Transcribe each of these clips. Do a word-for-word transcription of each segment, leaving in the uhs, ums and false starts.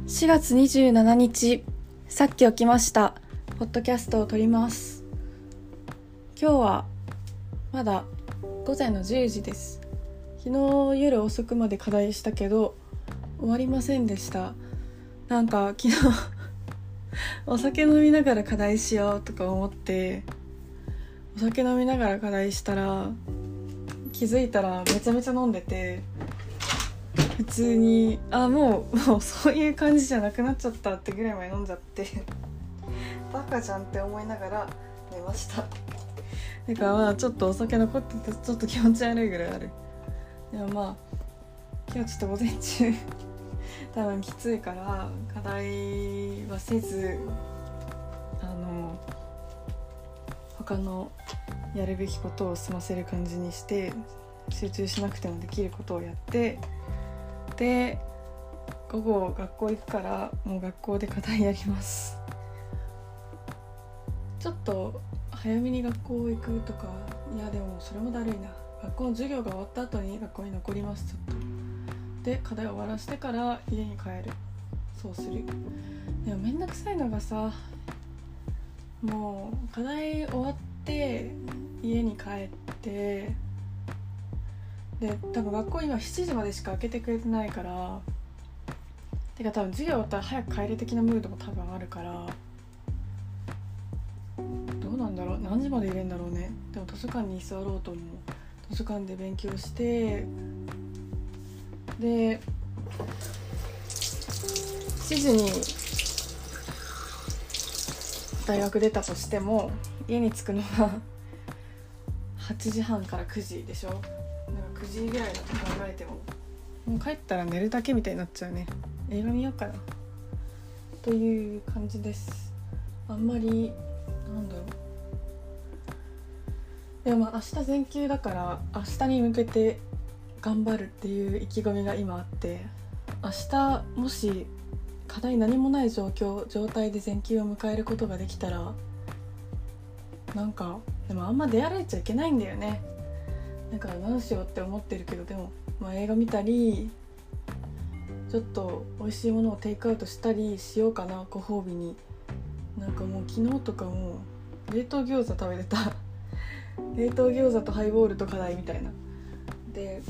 しがつにじゅうしちにち、さっき起きました。ポッドキャストを撮ります。今日はまだごぜんのじゅうじです。昨日夜遅くまで課題したけど終わりませんでした。なんか昨日お酒飲みながら課題しようとか思ってお酒飲みながら課題したら気づいたらめちゃめちゃ飲んでて、普通にあもう、もうそういう感じじゃなくなっちゃったってぐらいまで飲んじゃってバカじゃんって思いながら寝ました。だからまあちょっとお酒残っててちょっと気持ち悪いぐらいある。でもまあ今日ちょっと午前中多分きついから課題はせず、あの他のやるべきことを済ませる感じにして集中しなくてもできることをやって、で午後学校行くからもう学校で課題やります。ちょっと早めに学校行くとか、いやでもそれもだるいな。学校の授業が終わった後に学校に残ります。ちょっとで課題を終わらせてから家に帰る。そうする。でもめんどくさいのがさ、もう課題終わって家に帰ってで多分学校今しちじまでしか開けてくれてないから、てか多分授業終わったら早く帰れ的なムードも多分あるから、どうなんだろう、何時までいれんだろうね。でも図書館に座ろうと思う。図書館で勉強してでしちじに大学出たとしても家に着くのがはちじはんからくじでしょ。なんかくじぐらいだと考えてももう帰ったら寝るだけみたいになっちゃうね。映画見ようかなという感じです。あんまりなんだろう。でも明日全休だから明日に向けて頑張るっていう意気込みが今あって、明日もし課題何もない状況状態で全休を迎えることができたら、なんかでもあんま出歩いちゃいけないんだよね。だから何しようって思ってるけど、でも、まあ、映画見たりちょっと美味しいものをテイクアウトしたりしようかな、ご褒美に。なんかもう昨日とかも冷凍餃子食べてた冷凍餃子とハイボールと課題みたいなで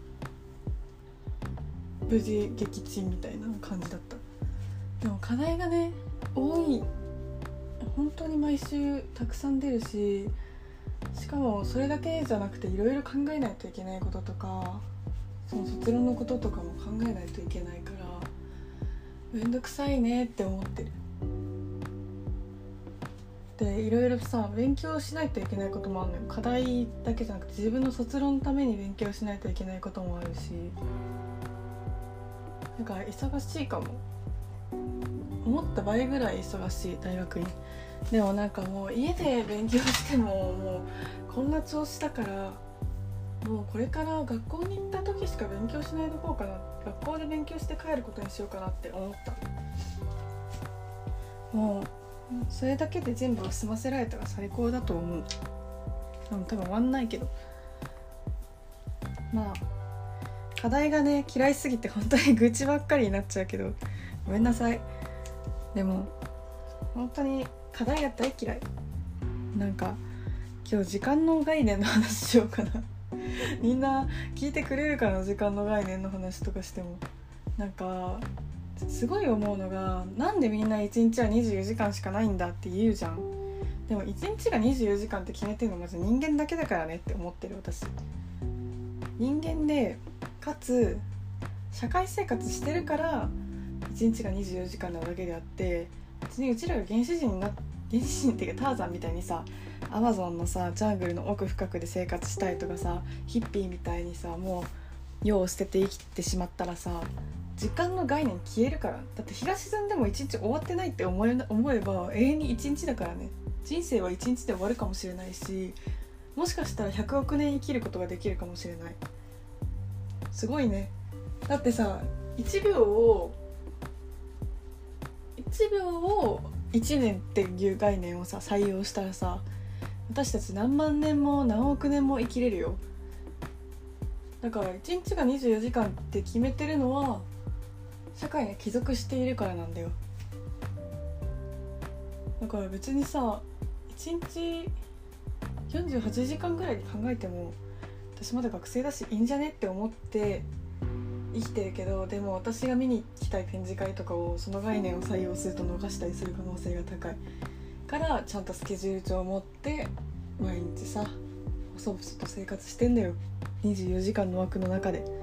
無事撃沈みたいな感じだった。でも課題がね多い、本当に毎週たくさん出るし、しかもそれだけじゃなくていろいろ考えないといけないこととか、その卒論のこととかも考えないといけないからめんどくさいねって思ってる。でいろいろさ勉強しないといけないこともあるのよ。課題だけじゃなくて自分の卒論のために勉強しないといけないこともあるし、なんか忙しいかも。思った倍ぐらい忙しい大学に。でもなんかもう家で勉強してももうこんな調子だから、もうこれから学校に行った時しか勉強しないとこうかな、学校で勉強して帰ることにしようかなって思った。もうそれだけで全部を済ませられたら最高だと思う。多分終わんないけど、まあ課題がね嫌いすぎて本当に愚痴ばっかりになっちゃうけどごめんなさい。でも本当に課題が大嫌い。なんか今日時間の概念の話しようかなみんな聞いてくれるかな、時間の概念の話とかしても。なんかすごい思うのが、なんでみんないちにちはにじゅうよじかんしかないんだって言うじゃん。でもいちにちがにじゅうよじかんって決めてるのまず人間だけだからねって思ってる私。人間でかつ社会生活してるからいちにちがにじゅうよじかんなだけであって、別にうちらが原始人にな原始人っていうかターザンみたいにさアマゾンのさジャングルの奥深くで生活したいとかさ、ヒッピーみたいにさもう世を捨てて生きてしまったらさ時間の概念消えるから。だって日が沈んでもいちにち終わってないって思え、思えば永遠にいちにちだからね。人生はいちにちで終わるかもしれないし、もしかしたらひゃくおくねん生きることができるかもしれない。すごいね。だってさいちびょうをいちびょうをいちねんっていう概念をさ採用したらさ、私たち何万年も何億年も生きれるよ。だからいちにちがにじゅうよじかんって決めてるのは社会に帰属しているからなんだよ。だから別にさいちにちよんじゅうはちじかんぐらいで考えても私まだ学生だしいいんじゃねって思って生きてるけど、でも私が見に行きたい展示会とかをその概念を採用すると逃したりする可能性が高いからちゃんとスケジュール帳を持って毎日さ細々と生活してんだよ、にじゅうよじかんの枠の中で。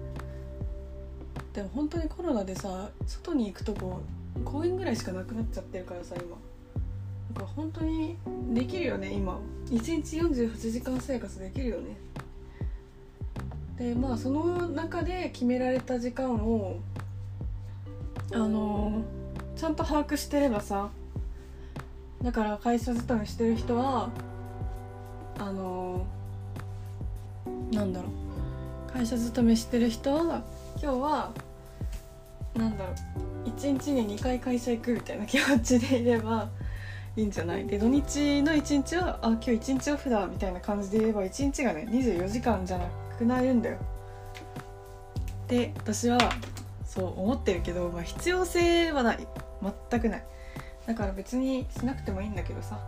でも本当にコロナでさ外に行くとこ公園ぐらいしかなくなっちゃってるからさ今だから本当にできるよね今いちにちよんじゅうはちじかん生活できるよね。でまあその中で決められた時間をあのちゃんと把握してればさ、だから会社勤めしてる人はあのなんだろう会社勤めしてる人は今日はなんだろういちにちににかい会社行くみたいな気持ちでいればいいんじゃない。で土日のいちにちはあ今日いちにちオフだみたいな感じで言えばいちにちがねにじゅうよじかんじゃなくなるんだよで私はそう思ってるけど、まあ、必要性はない全くない。だから別にしなくてもいいんだけどさ、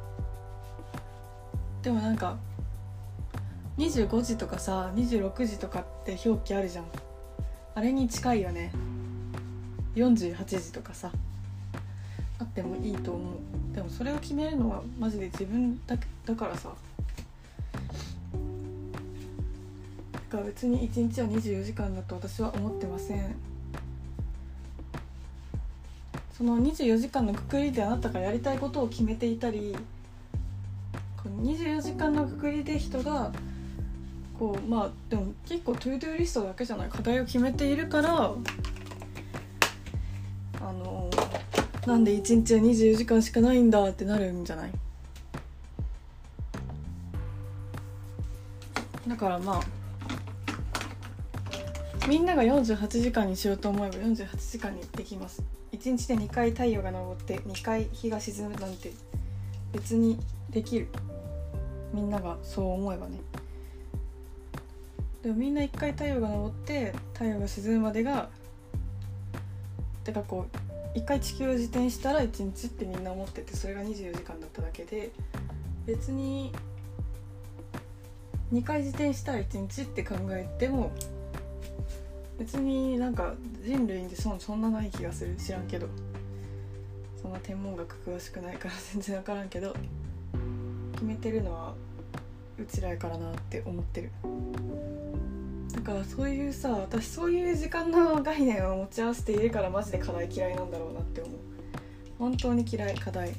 でもなんかにじゅうごじとかさにじゅうろくじとかって表記あるじゃん。あれに近いよね。よんじゅうはちじとかさあってもいいと思う。でもそれを決めるのはマジで自分だけだからさ、だから別にいちにちはにじゅうよじかんだと私は思ってません。そのにじゅうよじかんのくくりであなたがやりたいことを決めていたり、このにじゅうよじかんのくくりで人がこうまあでも結構トゥードゥーリストだけじゃない課題を決めているからあのなんでいちにちはにじゅうよじかんしかないんだってなるんじゃない。だからまあみんながよんじゅうはちじかんにしようと思えばよんじゅうはちじかんにできます。いちにちでにかい太陽が昇ってにかい日が沈むなんて別にできる。みんながそう思えばね。でもみんないっかい太陽が昇って太陽が沈むまでがてかこういっかい地球を自転したらいちにちってみんな思ってて、それがにじゅうよじかんだっただけで、別ににかい自転したらいちにちって考えても別になんか人類で そ, そんなない気がする。知らんけどそんな天文学詳しくないから全然分からんけど、決めてるのはうちらやからなって思ってる。だからそういうさ私そういう時間の概念を持ち合わせているからマジで課題嫌いなんだろうなって思う。本当に嫌い課題。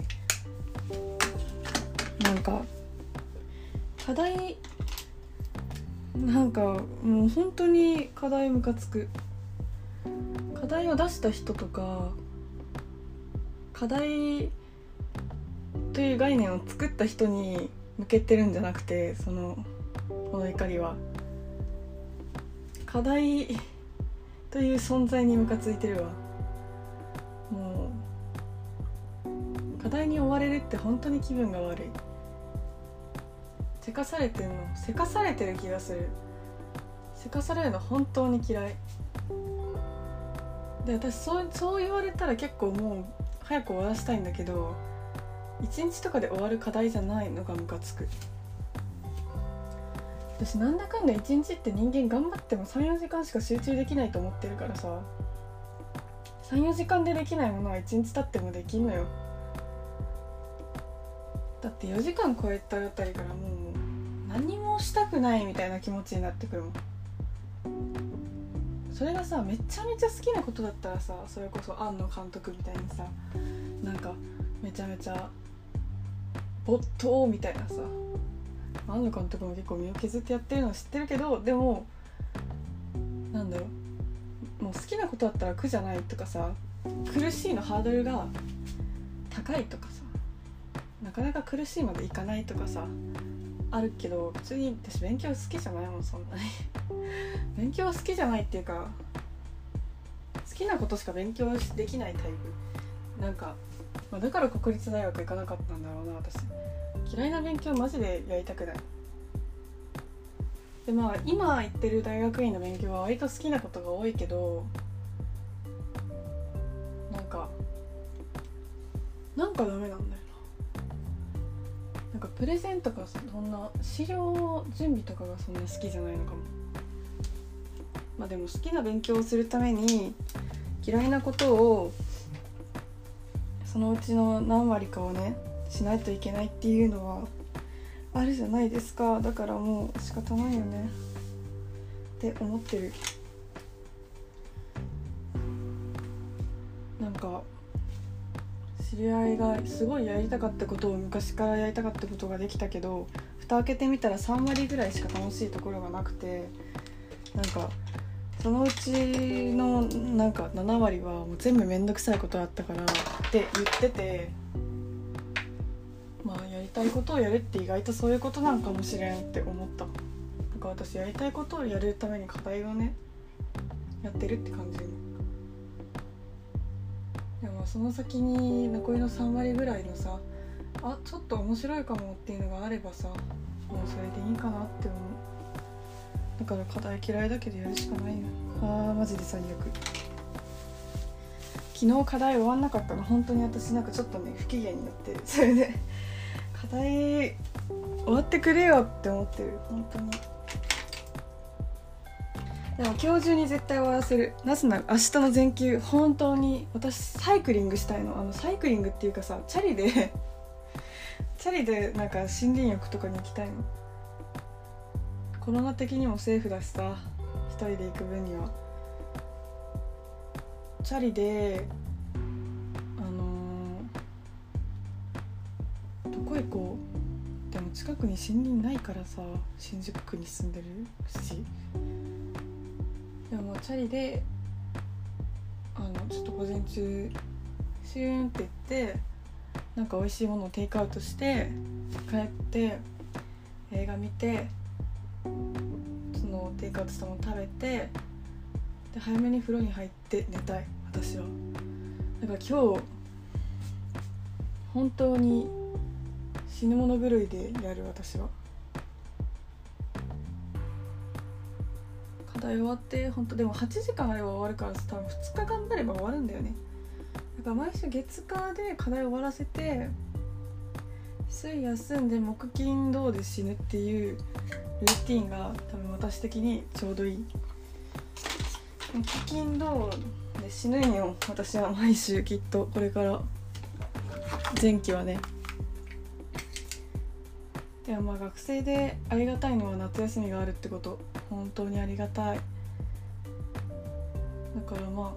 なんか課題なんかもう本当に課題ムカつく。課題を出した人とか課題という概念を作った人に向けてるんじゃなくて、そのこの怒りは課題という存在にムカついてるわ。もう課題に追われるって本当に気分が悪い。せかされてるのせかされてる気がする。せかされるの本当に嫌いで、私そう、そう言われたら結構もう早く終わらせたいんだけど、いちにちとかで終わる課題じゃないのがムカつく。私なんだかんだいちにちって人間頑張っても さんよじかんしか集中できないと思ってるからさ、さんよじかんでできないものはいちにち経ってもできんのよ。だってよじかん超えたあたりからもう何もしたくないみたいな気持ちになってくるもん。それがさめちゃめちゃ好きなことだったらさ、それこそ庵野監督みたいにさなんかめちゃめちゃ没頭みたいなさ、庵野監督も結構身を削ってやってるの知ってるけど、でもなんだろう、もう好きなことだったら苦じゃないとかさ、苦しいのハードルが高いとかさ、なかなか苦しいまでいかないとかさあるけど、普通に私勉強好きじゃないもんそんなに勉強好きじゃないっていうか好きなことしか勉強できないタイプなんか、まあ、だから国立大学行かなかったんだろうな私。嫌いな勉強マジでやりたくない。でまあ今行ってる大学院の勉強は割と好きなことが多いけど、 なんかダメなんだよな。なんかプレゼンとかさ、そんな資料準備とかがそんな好きじゃないのかも。まあでも好きな勉強をするために嫌いなことをそのうちの何割かをねしないといけないっていうのはあるじゃないですか。だからもう仕方ないよねって思ってる。なんか知り合いがすごいやりたかったことを昔からやりたかったことができたけど、蓋開けてみたらさん割ぐらいしか楽しいところがなくて、なんかそのうちのなんかなな割はもう全部めんどくさいことだったからって言ってて、まあやりたいことをやるって意外とそういうことなんかもしれんって思った。なんか私やりたいことをやるために課題をねやってるって感じ。でもその先に残りのさん割ぐらいのさ、あちょっと面白いかもっていうのがあればさ、もうそれでいいかなって思う。だから課題嫌いだけどやるしかないよ。あーマジで最悪。昨日課題終わんなかったの本当に私なんかちょっとね不機嫌になって、それで課題終わってくれよって思ってる本当に。でも今日中に絶対終わらせる。なぜなら明日の全休本当に私サイクリングしたいの。あのサイクリングっていうかさ、チャリでチャリでなんか森林浴とかに行きたいの。コロナ的にもセーフだしさ、一人で行く分にはチャリであのー、どこ行こう。でも近くに森林ないからさ、新宿区に住んでるし、でもチャリであのちょっと午前中シューンって行ってなんか美味しいものをテイクアウトして帰って映画見て、そのテイクアウトしたもの食べて、で早めに風呂に入って寝たい私は。だから今日本当に死ぬ物狂いでやる。私は課題終わって本当でもはちじかんあれば終わるからさ、多分ふつか頑張れば終わるんだよね。だから毎週月火で課題終わらせて水休んで木金土で死ぬっていうルーティンが多分私的にちょうどいい。木金土で死ぬんよ私は毎週きっとこれから前期はね。いやまあ学生でありがたいのは夏休みがあるってこと、本当にありがたい。だからま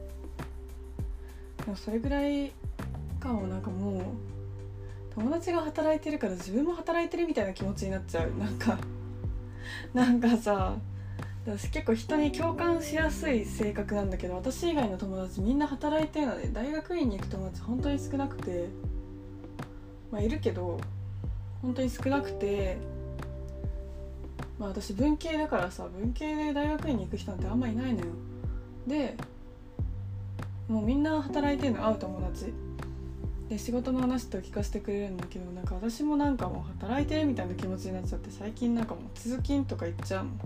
あでもそれぐらいかも。なんかもう友達が働いてるから自分も働いてるみたいな気持ちになっちゃう。なんかなんかさ、私結構人に共感しやすい性格なんだけど、私以外の友達みんな働いてるので、大学院に行く友達本当に少なくて、まあいるけど本当に少なくて、まあ私文系だからさ、文系で大学院に行く人なんてあんまいないのよ。でもうみんな働いてるの、会う友達で仕事の話と聞かせてくれるんだけど、なんか私もなんかもう働いてるみたいな気持ちになっちゃって、最近なんかもう通勤とか行っちゃうもん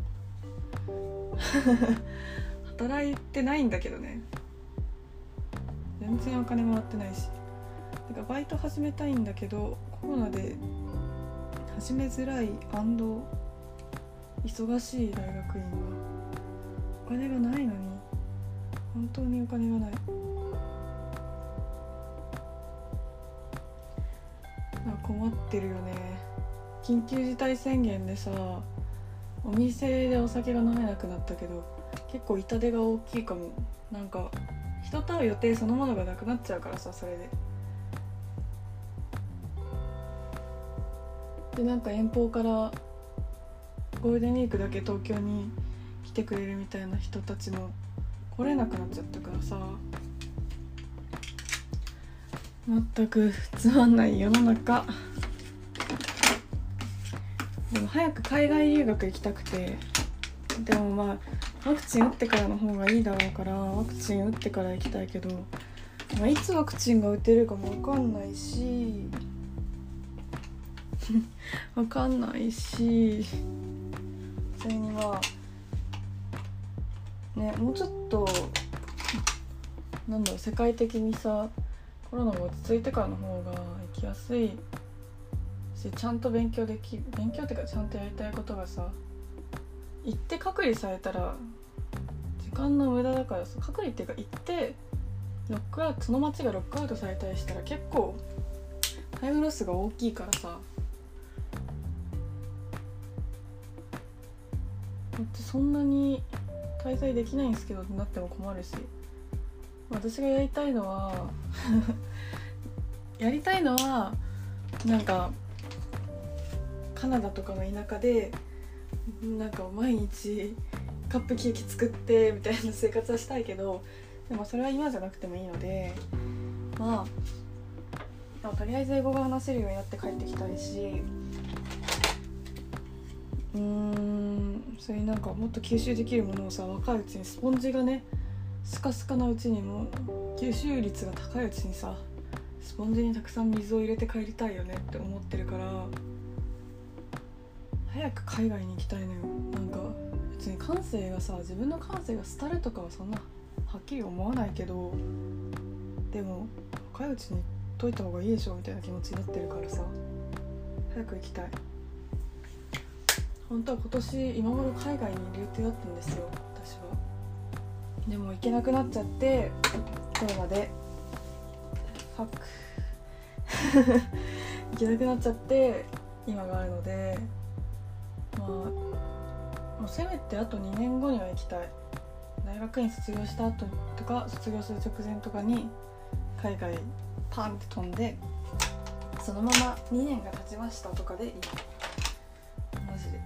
働いてないんだけどね、全然お金もらってないし。だからバイト始めたいんだけどコロナで始めづらい&忙しい大学院はお金がないのに、本当にお金がない。困ってるよね。緊急事態宣言でさ、お店でお酒が飲めなくなったけど結構痛手が大きいかも。なんか人と会う予定そのものがなくなっちゃうからさ、それででなんか遠方からゴールデンウィークだけ東京に来てくれるみたいな人たちも来れなくなっちゃったからさ、全くつまんない世の中。でも早く海外留学行きたくて、でもまあワクチン打ってからの方がいいだろうからワクチン打ってから行きたいけど、まあ、いつワクチンが打てるかも分かんないし分かんないしそれにまあね、もうちょっとなんだろう、世界的にさコロナが落ち着いてからの方が行きやすいし、ちゃんと勉強できる、勉強っていうかちゃんとやりたいことがさ、行って隔離されたら時間の無駄だからさ、隔離っていうか行ってロックアウト、その街がロックアウトされたりしたら結構タイムロスが大きいからさ、だってそんなに滞在できないんですけどってなっても困るし、私がやりたいのはやりたいのはなんかカナダとかの田舎でなんか毎日カップケーキ作ってみたいな生活はしたいけど、でもそれは今じゃなくてもいいので、まあでもとりあえず英語が話せるようになって帰ってきたいし、うーんそれになんかもっと吸収できるものをさ、若いうちにスポンジがねスカスカなうちにも吸収率が高いうちにさ、スポンジにたくさん水を入れて帰りたいよねって思ってるから、早く海外に行きたいのよ。なんか別に感性がさ、自分の感性が廃るとかはそんなはっきり思わないけど、でも若いうちに行っといた方がいいでしょみたいな気持ちになってるからさ、早く行きたい。本当は今年今頃海外にいる予定だったんですよ、私は。でも行けなくなっちゃってコロナでファック行けなくなっちゃって今があるので、まあもうせめてあとにねんごには行きたい。大学院卒業した後とか卒業する直前とかに海外パンって飛んで、そのままにねんが経ちましたとかでいい。マジで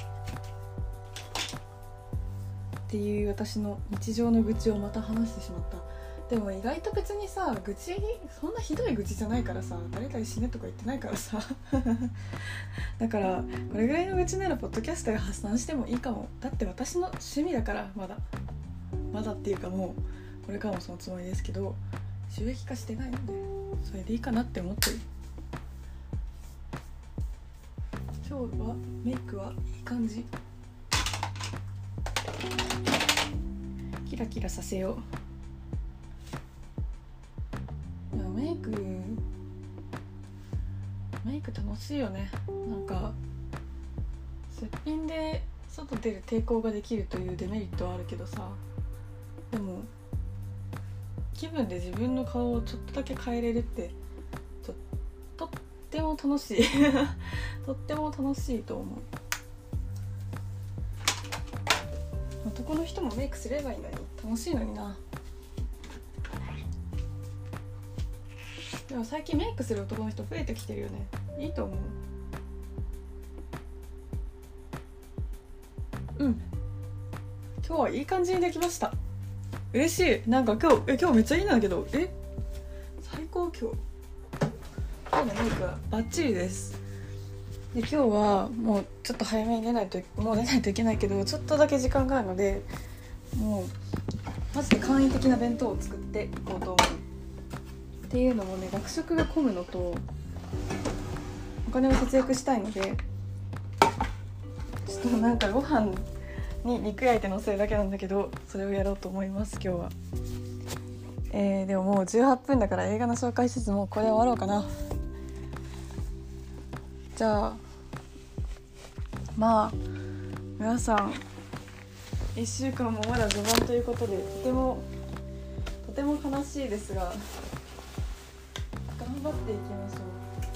っていう私の日常の愚痴をまた話してしまった。でも意外と別にさ、愚痴そんなひどい愚痴じゃないからさ、誰々死ねとか言ってないからさだからこれぐらいの愚痴ならポッドキャストで発散してもいいかも。だって私の趣味だから、まだまだっていうかもうこれからもそのつもりですけど、収益化してないのでそれでいいかなって思ってる。今日はメイクはいい感じ。キラキラさせよう。いやメイクメイク楽しいよね。なんかすっぴんで外出る抵抗ができるというデメリットはあるけどさ、でも気分で自分の顔をちょっとだけ変えれるってと、とっても楽しいとっても楽しいと思う。男の人もメイクすればいいのに、楽しいのにな。でも最近メイクする男の人増えてきてるよね。いいと思う。うん今日はいい感じにできました。嬉しい。なんか今日え今日めっちゃいいんだけど、え最高。今日今日のメイクはバッチリです。で今日はもうちょっと早めに寝ないともう寝ないといけないけど、ちょっとだけ時間があるので、もうマジで簡易的な弁当を作っていこうと思う。っていうのもね、学食が混むのとお金を節約したいので、ちょっとなんかご飯に肉焼いて乗せるだけなんだけど、それをやろうと思います今日は。えー、でももうじゅうはっぷんだから映画の紹介しつつもうこれ終わろうかな。じゃあまあ皆さんいっしゅうかんもまだ序盤ということで、とてもとても悲しいですが頑張っていきましょ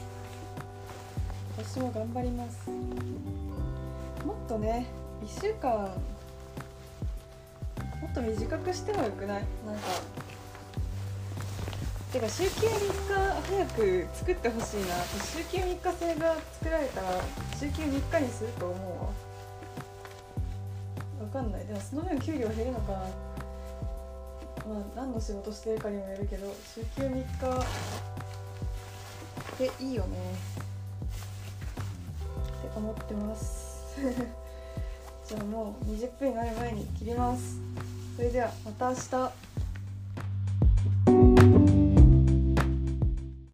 う。私も頑張ります。もっとねいっしゅうかんもっと短くしてもよくない？なんかてか週休みっか早く作ってほしいな。週休みっか制が作られたら週休みっかにすると思うわ。わかんない。でもその分給料減るのかな。まあ何の仕事してるかにもよるけど、週休みっかでいいよねって思ってますじゃあもうにじゅっぷんになる前に切ります。それではまた明日。